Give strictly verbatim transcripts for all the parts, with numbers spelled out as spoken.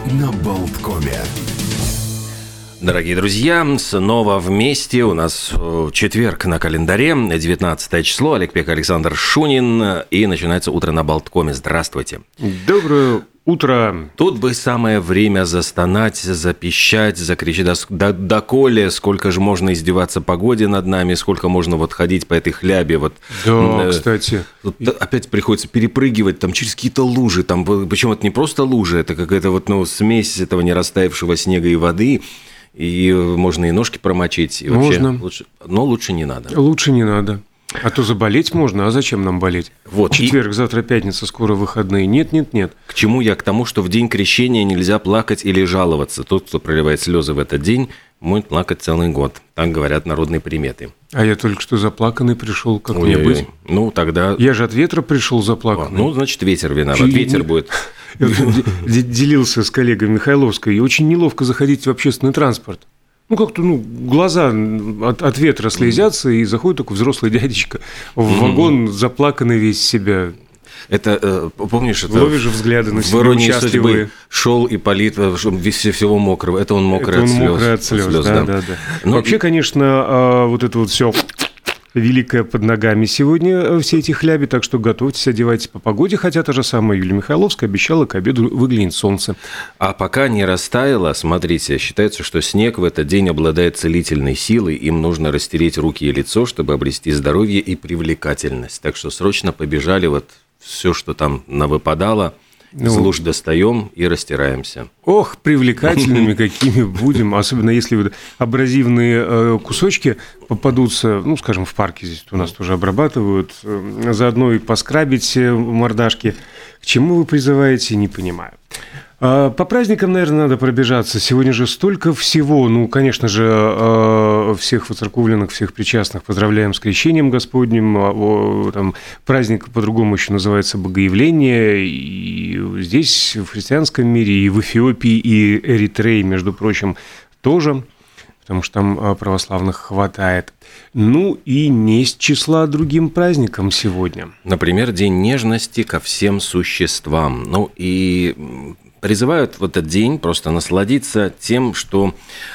на Болткоме. Дорогие друзья, снова вместе. У нас четверг на календаре, девятнадцатое число. Олег Пек, Александр Шунин. И начинается утро на Болткоме. Здравствуйте. Доброе утро. Тут бы самое время застонать, запищать, закричать. Да, доколе, сколько же можно издеваться погоде над нами, сколько можно вот ходить по этой хлябе. Вот, да, э, кстати. Вот опять приходится перепрыгивать там через какие-то лужи. Там, причем это не просто лужи, это какая-то вот, ну, смесь этого не растаявшего снега и воды. И можно и ножки промочить. И можно. Вообще лучше, но лучше не надо. Лучше не надо. А то заболеть можно, а зачем нам болеть? Вот. Четверг, и... завтра пятница, скоро выходные. Нет, нет, нет. К чему я? К тому, что в день крещения нельзя плакать или жаловаться. Тот, кто проливает слезы в этот день, будет плакать целый год. Так говорят народные приметы. А я только что заплаканный пришел, как мне быть? Ну, тогда... Я же от ветра пришел заплаканный. Ну, значит, ветер виноват. Ветер будет... Я делился с коллегой Михайловской, и очень неловко заходить в общественный транспорт. Ну, как-то, ну, глаза от, от ветра слезятся, и заходит такой взрослый дядечка в вагон, заплаканный весь себя. Это, помнишь, это ловишь взгляды на себя, в «Иронии судьбы» шел Ипполит всего мокрого. Это он мокрый это от он слез. Мокрый от слез, слез да, да, да. да. Ну, вообще, и... конечно, вот это вот все великое под ногами сегодня, все эти хляби, так что готовьтесь, одевайтесь по погоде, хотя та же самая Юлия Михайловская обещала, к обеду выглянет солнце. А пока не растаяло, смотрите, считается, что снег в этот день обладает целительной силой, им нужно растереть руки и лицо, чтобы обрести здоровье и привлекательность. Так что срочно побежали, вот все, что там навыпадало, из ну, луж достаем и растираемся. Ох, привлекательными какими будем, особенно если вот абразивные кусочки попадутся, ну, скажем, в парке здесь у нас тоже обрабатывают, заодно и поскрабить мордашки. К чему вы призываете, не понимаю. По праздникам, наверное, надо пробежаться. Сегодня же столько всего. Ну, конечно же, всех воцерковленных, всех причастных поздравляем с крещением Господним. Там праздник по-другому еще называется Богоявление. И здесь, в христианском мире, и в Эфиопии, и Эритрее, между прочим, тоже, потому что там православных хватает. Ну и не с числа другим праздникам сегодня. Например, День нежности ко всем существам. Ну и... призывают в этот день просто насладиться тем, что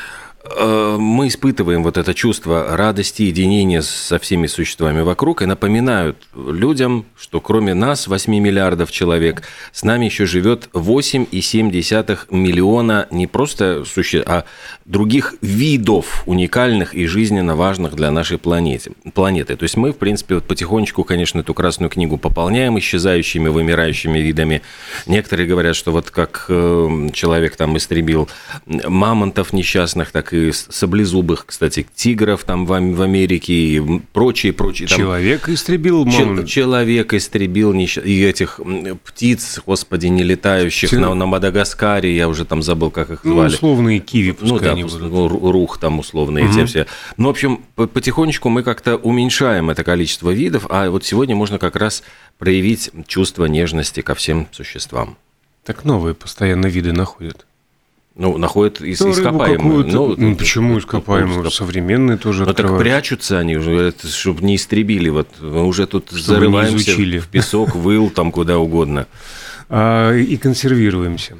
э, мы испытываем вот это чувство радости, единения со всеми существами вокруг, и напоминают людям, что кроме нас, восьми миллиардов человек, с нами еще живет восемь целых семь десятых миллиона не просто существ, а других видов уникальных и жизненно важных для нашей планеты. планеты. То есть мы, в принципе, вот потихонечку, конечно, эту Красную книгу пополняем исчезающими, вымирающими видами. Некоторые говорят, что вот как человек там истребил мамонтов несчастных, так и саблезубых, кстати, тигров там в Америке и прочие, прочие. Там... Человек истребил мамонтов. Человек истребил несч... и этих птиц, господи, не летающих Те... на, на Мадагаскаре, я уже там забыл, как их звали. Ну, условные киви, пускай. Ну, да, они рух там условные, угу. те все. Ну, в общем, потихонечку мы как-то уменьшаем это количество видов, а вот сегодня можно как раз проявить чувство нежности ко всем существам. Так новые постоянно виды находят. Ну, находят ис- ископаемые. Ну, ну, почему ископаемые? Ископ... Современные тоже открываются. Ну, так прячутся они уже, чтобы не истребили. Вот мы уже тут чтобы зарываемся в песок, в ил, там куда угодно. А, и консервируемся.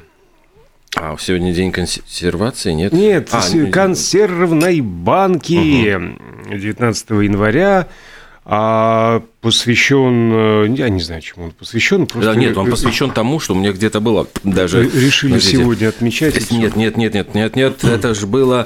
А, сегодня день консервации, нет? Нет, а, консервной банки угу. девятнадцатого января, а посвящен, я не знаю, чему он посвящен. Просто... Да, нет, он посвящен тому, что у меня где-то было даже... Решили Подождите. сегодня отмечать? Нет, нет, нет, нет, нет, нет, это же было...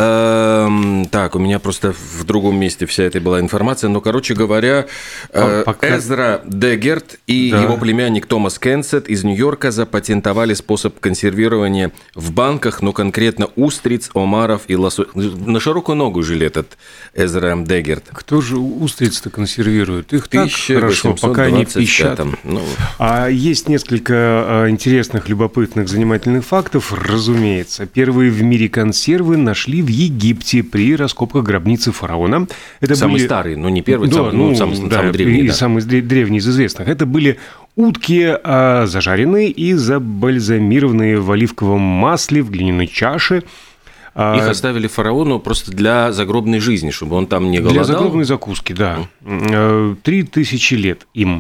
Э, так, у меня просто в другом месте вся эта была информация, но, короче говоря, э, Пока... Эзра Дегерт и да. его племянник Томас Кенсет из Нью-Йорка запатентовали способ консервирования в банках, но конкретно устриц, омаров и лосось. На широкую ногу жили этот Эзра Дегерт. Кто же устриц-то консервирует? Их так хорошо, пока они пищат. Ну... А есть несколько интересных, любопытных, занимательных фактов, разумеется. Первые в мире консервы нашли в Египте при раскопках гробницы фараона. Это самый были... старый, но не первый, да, самый, ну, ну, самый, да, самый древний. И да. самый древний из известных. Это были утки а, зажаренные и забальзамированные в оливковом масле в глиняной чаше. Их оставили фараону просто для загробной жизни, чтобы он там не голодал. Для загробной закуски, да. Три тысячи лет им.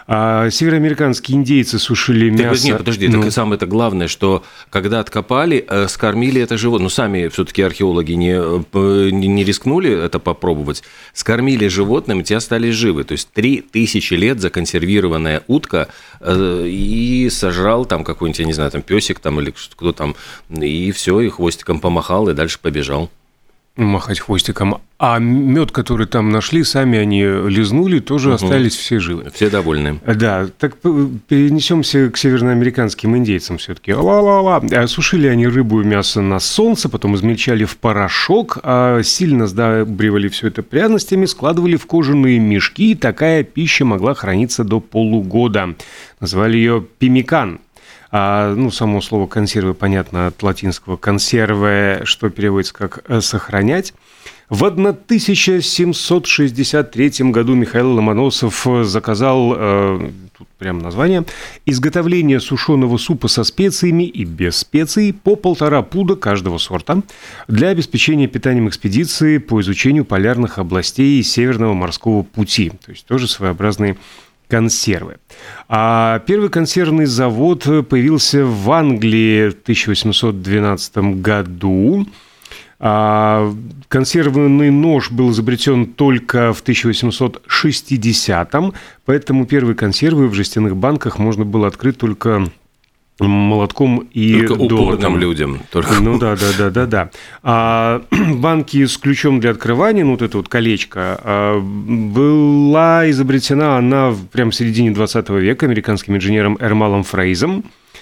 А североамериканские индейцы сушили так, мясо... Нет, подожди, ну... так и самое это главное, что когда откопали, скормили это животное, ну, сами все-таки археологи не, не рискнули это попробовать, скормили животным, и те остались живы. То есть три тысячи лет законсервированная утка, и сожрал там какой-нибудь, я не знаю, там песик там или кто там, и все, и хвостиком помахал, и дальше побежал. Махать хвостиком. А мед, который там нашли, сами они лизнули, тоже угу. остались все живы. Все довольны. Да, так перенесемся к североамериканским индейцам все-таки. Ла-ла-ла. Сушили они рыбу и мясо на солнце, потом измельчали в порошок, а сильно сдабривали все это пряностями, складывали в кожаные мешки, и такая пища могла храниться до полугода. Назвали ее пимикан. А, ну, само слово «консервы» понятно от латинского «консерве», что переводится как «сохранять». В тысяча семьсот шестьдесят третьем году Михаил Ломоносов заказал, э, тут прямо название, изготовление сушеного супа со специями и без специй по полтора пуда каждого сорта для обеспечения питанием экспедиции по изучению полярных областей Северного морского пути. То есть тоже своеобразные консервы. А первый консервный завод появился в Англии в тысяча восемьсот двенадцатом году. А консервный нож был изобретен только в тысяча восемьсот шестидесятом, поэтому первые консервы в жестяных банках можно было открыть только молотком и только упорным людям. Только... Ну да, да, да, да, да. А банки с ключом для открывания, ну вот это вот колечко, была изобретена она прямо в середине двадцатого века американским инженером Эрмалом Фрейзом.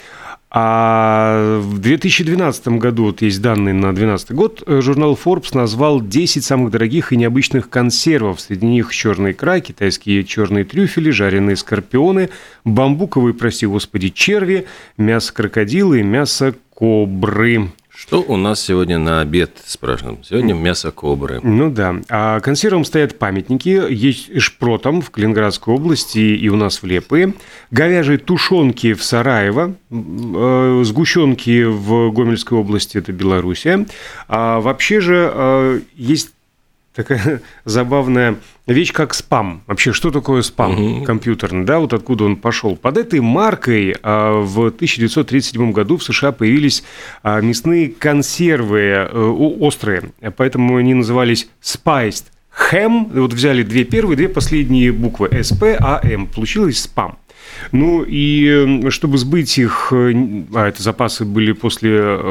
А в две тысячи двенадцатом году, вот есть данные на две тысячи двенадцатый год, журнал Forbes назвал десять самых дорогих и необычных консервов. Среди них черная икра, китайские черные трюфели, жареные скорпионы, бамбуковые, прости господи, черви, мясо крокодила и мясо кобры. Что у нас сегодня на обед, спрашиваем? Сегодня мясо кобры. Ну да. А консервам стоят памятники. Есть шпротом в Калининградской области и у нас в Лепое. Говяжьи тушенки в Сараево. Сгущенки в Гомельской области, это Белоруссия. А вообще же есть такая забавная вещь, как спам. Вообще, что такое спам угу. компьютерный, да, вот откуда он пошел? Под этой маркой в тысяча девятьсот тридцать седьмом году в США появились мясные консервы острые, поэтому они назывались spiced ham. Вот взяли две первые, две последние буквы эс пэ а эм, получилось спам. Ну и чтобы сбыть их, а это запасы были после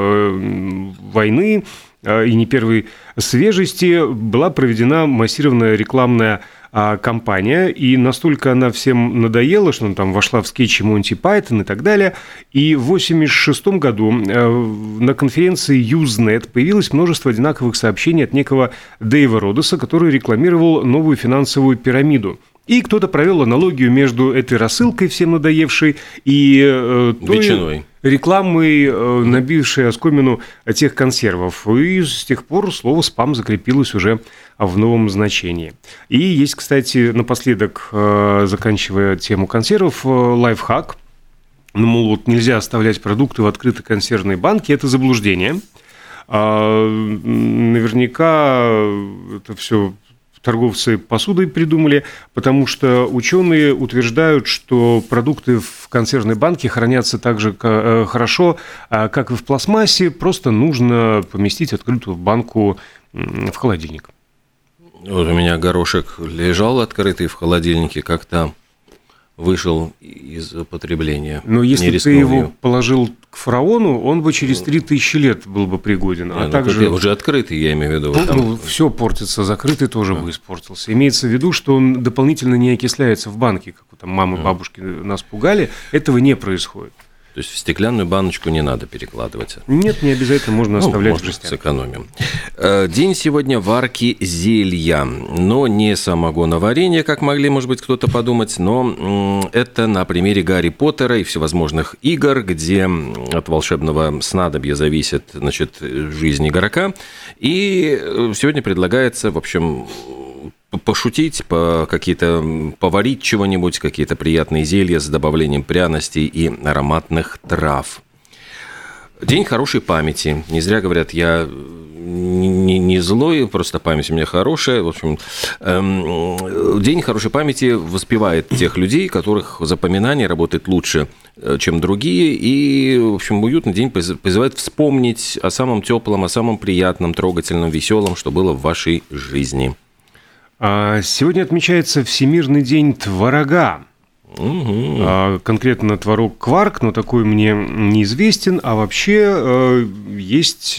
э, войны, и не первой свежести, была проведена массированная рекламная а, кампания, и настолько она всем надоела, что она там вошла в скетчи Монти Пайтон и так далее, и в восемьдесят шестом году а, на конференции Usenet появилось множество одинаковых сообщений от некого Дэйва Родоса, который рекламировал новую финансовую пирамиду. И кто-то провел аналогию между этой рассылкой, всем надоевшей, и э, той рекламой, э, набившей оскомину тех консервов. И с тех пор слово «спам» закрепилось уже в новом значении. И есть, кстати, напоследок, э, заканчивая тему консервов, э, лайфхак. Ну, мол, вот нельзя оставлять продукты в открытой консервной банке, это заблуждение. А, наверняка это все... торговцы посудой придумали, потому что ученые утверждают, что продукты в консервной банке хранятся так же хорошо, как и в пластмассе, просто нужно поместить открытую банку в холодильник. Вот у меня горошек лежал открытый в холодильнике, как-то вышел из употребления. Но если ты его ее. положил к фараону, он бы через три тысячи лет был бы пригоден. А, а ну, также уже открытый, я имею в виду. Ну, там... все портится, закрытый тоже а. бы испортился. Имеется в виду, что он дополнительно не окисляется в банке, как там мамы, а. бабушки нас пугали. Этого не происходит. То есть в стеклянную баночку не надо перекладывать? Нет, не обязательно, можно ну, оставлять можно в жестянке. Сэкономим. День сегодня варки зелья, но не самогоноварения, как могли, может быть, кто-то подумать, но это на примере Гарри Поттера и всевозможных игр, где от волшебного снадобья зависит, значит, жизнь игрока. И сегодня предлагается, в общем... пошутить, по какие-то, поварить чего-нибудь, какие-то приятные зелья с добавлением пряностей и ароматных трав. День хорошей памяти. Не зря говорят, я не, не злой, просто память у меня хорошая. В общем, День хорошей памяти воспевает тех людей, которых запоминание работает лучше, чем другие. И, в общем, уютный день призывает вспомнить о самом теплом, о самом приятном, трогательном, веселом, что было в вашей жизни. Сегодня отмечается Всемирный день творога. Угу. Конкретно творог кварк, но такой мне неизвестен. А вообще есть,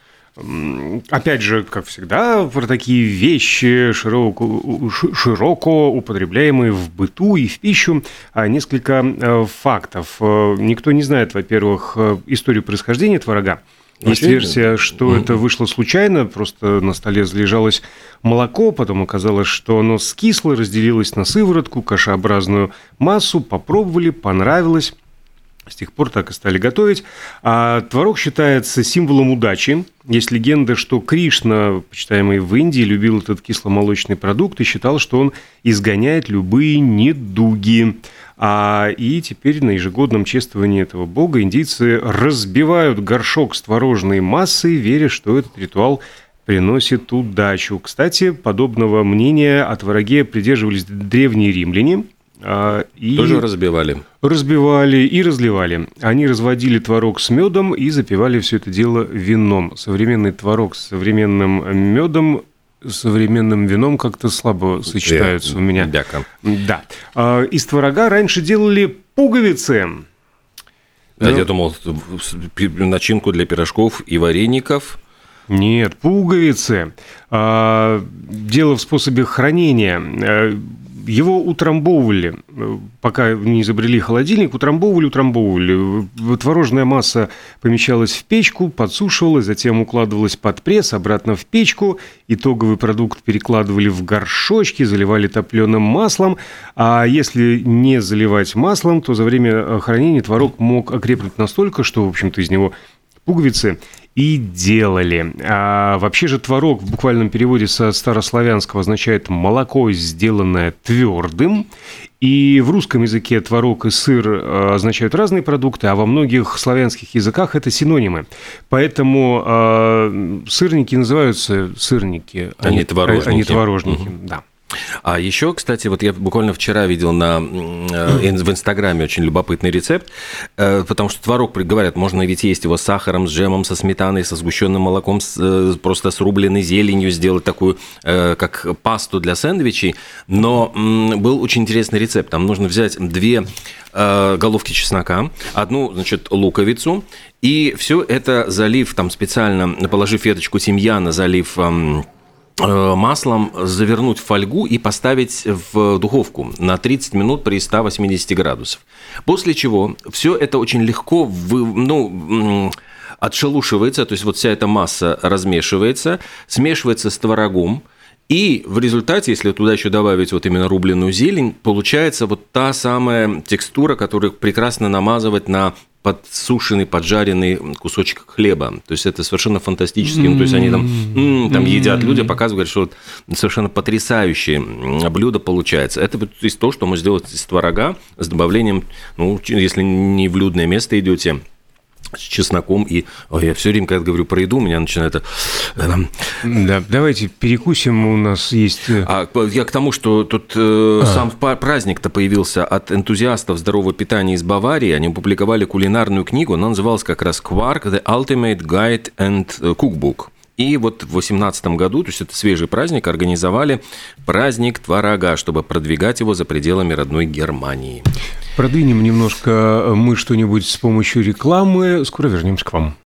опять же, как всегда, про такие вещи, широко, широко употребляемые в быту и в пищу, несколько фактов. Никто не знает, во-первых, историю происхождения творога. Есть версия, что mm-hmm. это вышло случайно, просто на столе залежалось молоко, потом оказалось, что оно скисло, разделилось на сыворотку, кашеобразную массу, попробовали, понравилось. С тех пор так и стали готовить. А творог считается символом удачи. Есть легенда, что Кришна, почитаемый в Индии, любил этот кисломолочный продукт и считал, что он изгоняет любые недуги. А и теперь на ежегодном чествовании этого бога индийцы разбивают горшок с творожной массой, веря, что этот ритуал приносит удачу. Кстати, подобного мнения о твороге придерживались древние римляне. И тоже разбивали. Разбивали и разливали. Они разводили творог с медом и запивали все это дело вином. Современный творог с современным медом, современным вином как-то слабо сочетаются у меня. Дяка. Да. Из творога раньше делали пуговицы. Да, я думал, начинку для пирожков и вареников. Нет, пуговицы. Дело в способе хранения. Его утрамбовывали, пока не изобрели холодильник, утрамбовывали, утрамбовывали. Творожная масса помещалась в печку, подсушивалась, затем укладывалась под пресс, обратно в печку. Итоговый продукт перекладывали в горшочки, заливали топленым маслом. А если не заливать маслом, то за время хранения творог мог окрепнуть настолько, что, в общем-то, из него пуговицы и делали. А вообще же творог в буквальном переводе со старославянского означает «молоко, сделанное твердым». И в русском языке творог и сыр означают разные продукты, а во многих славянских языках это синонимы. Поэтому э, сырники называются сырники, а не творожники. А не творожники, угу. Да. А еще, кстати, вот я буквально вчера видел на, в Инстаграме очень любопытный рецепт, потому что творог, говорят, можно ведь есть его с сахаром, с джемом, со сметаной, со сгущенным молоком, с, просто с рубленой зеленью, сделать такую, как пасту для сэндвичей. Но был очень интересный рецепт. Там нужно взять две головки чеснока, одну, значит, луковицу, и все это залив, там специально положив веточку тимьяна, залив маслом, завернуть в фольгу и поставить в духовку на тридцать минут при ста восьмидесяти градусах. После чего все это очень легко вы, ну, отшелушивается, то есть вот вся эта масса размешивается, смешивается с творогом, и в результате, если туда еще добавить вот именно рубленую зелень, получается вот та самая текстура, которую прекрасно намазывать на подсушенный, поджаренный кусочек хлеба. То есть это совершенно фантастически. Mm-hmm. Ну, то есть они там, м-м, там едят, люди показывают, что вот совершенно потрясающее блюдо получается. Это то, есть то, что мы сделали из творога с добавлением, ну, если не в людное место идете, с чесноком и... Ой, я все время, когда говорю про еду, у меня начинает это... Да, давайте перекусим, у нас есть... А, я к тому, что тут э, а. сам праздник-то появился от энтузиастов здорового питания из Баварии. Они опубликовали кулинарную книгу, она называлась как раз «Quark, The Ultimate Guide and Cookbook». И вот в восемнадцатом году, то есть это свежий праздник, организовали праздник творога, чтобы продвигать его за пределами родной Германии. Продвинем немножко мы что-нибудь с помощью рекламы. Скоро вернемся к вам.